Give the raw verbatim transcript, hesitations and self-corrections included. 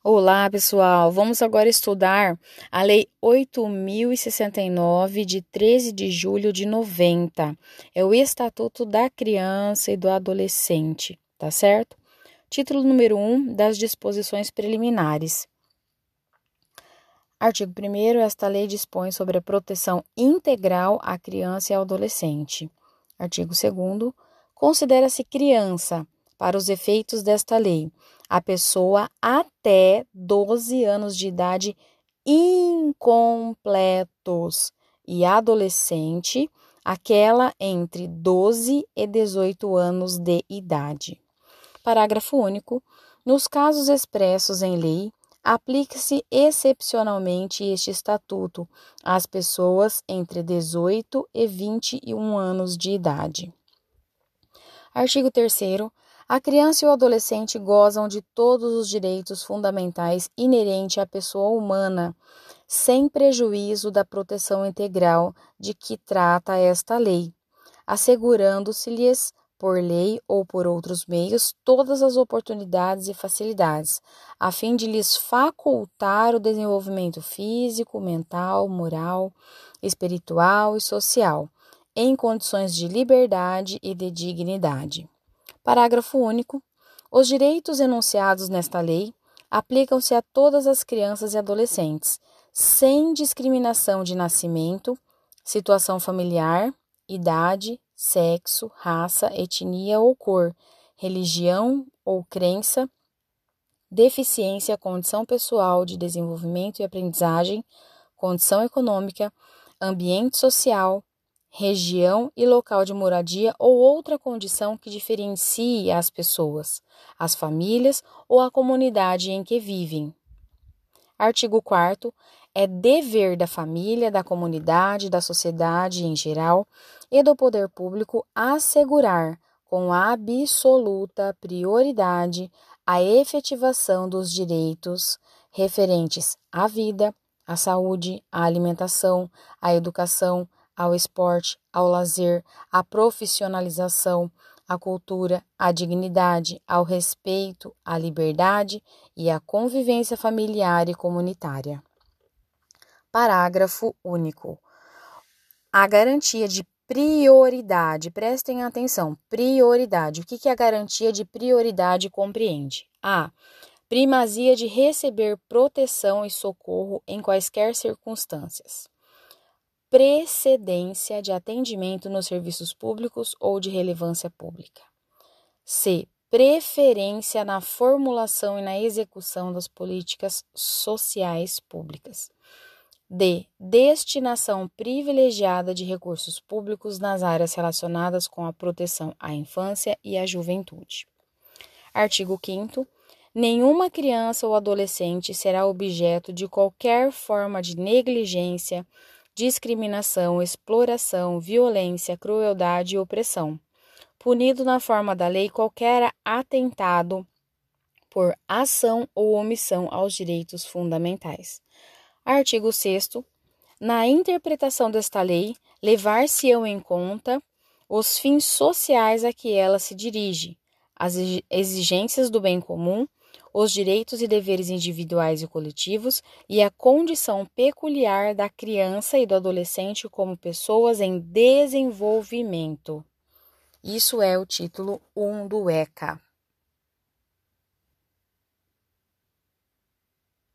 Olá, pessoal! Vamos agora estudar a Lei oito mil e sessenta e nove, de treze de julho de noventa. É o Estatuto da Criança e do Adolescente, tá certo? Título número um das disposições preliminares. Artigo primeiro. Esta lei dispõe sobre a proteção integral à criança e ao adolescente. Artigo segundo. Considera-se criança, para os efeitos desta lei, a pessoa até doze anos de idade incompletos e adolescente, aquela entre doze e dezoito anos de idade. Parágrafo único. Nos casos expressos em lei, aplica-se excepcionalmente este estatuto às pessoas entre dezoito e vinte e um anos de idade. Artigo terceiro. A criança e o adolescente gozam de todos os direitos fundamentais inerentes à pessoa humana, sem prejuízo da proteção integral de que trata esta lei, assegurando-se-lhes, por lei ou por outros meios, todas as oportunidades e facilidades, a fim de lhes facultar o desenvolvimento físico, mental, moral, espiritual e social, em condições de liberdade e de dignidade. Parágrafo único. Os direitos enunciados nesta lei aplicam-se a todas as crianças e adolescentes, sem discriminação de nascimento, situação familiar, idade, sexo, raça, etnia ou cor, religião ou crença, deficiência, condição pessoal de desenvolvimento e aprendizagem, condição econômica, ambiente social, região e local de moradia ou outra condição que diferencie as pessoas, as famílias ou a comunidade em que vivem. Artigo quarto. É dever da família, da comunidade, da sociedade em geral e do poder público assegurar, com absoluta prioridade, a efetivação dos direitos referentes à vida, à saúde, à alimentação, à educação, ao esporte, ao lazer, à profissionalização, à cultura, à dignidade, ao respeito, à liberdade e à convivência familiar e comunitária. Parágrafo único. A garantia de prioridade, prestem atenção, prioridade. O que que a garantia de prioridade compreende? A. Primazia de receber proteção e socorro em quaisquer circunstâncias. Precedência de atendimento nos serviços públicos ou de relevância pública. C. Preferência na formulação e na execução das políticas sociais públicas. D. Destinação privilegiada de recursos públicos nas áreas relacionadas com a proteção à infância e à juventude. Artigo quinto. Nenhuma criança ou adolescente será objeto de qualquer forma de negligência, discriminação, exploração, violência, crueldade e opressão, punido na forma da lei qualquer atentado por ação ou omissão aos direitos fundamentais. Artigo sexto. Na interpretação desta lei, levar-se-ão em conta os fins sociais a que ela se dirige, as exigências do bem comum, os direitos e deveres individuais e coletivos e a condição peculiar da criança e do adolescente como pessoas em desenvolvimento. Isso é o título um do E C A.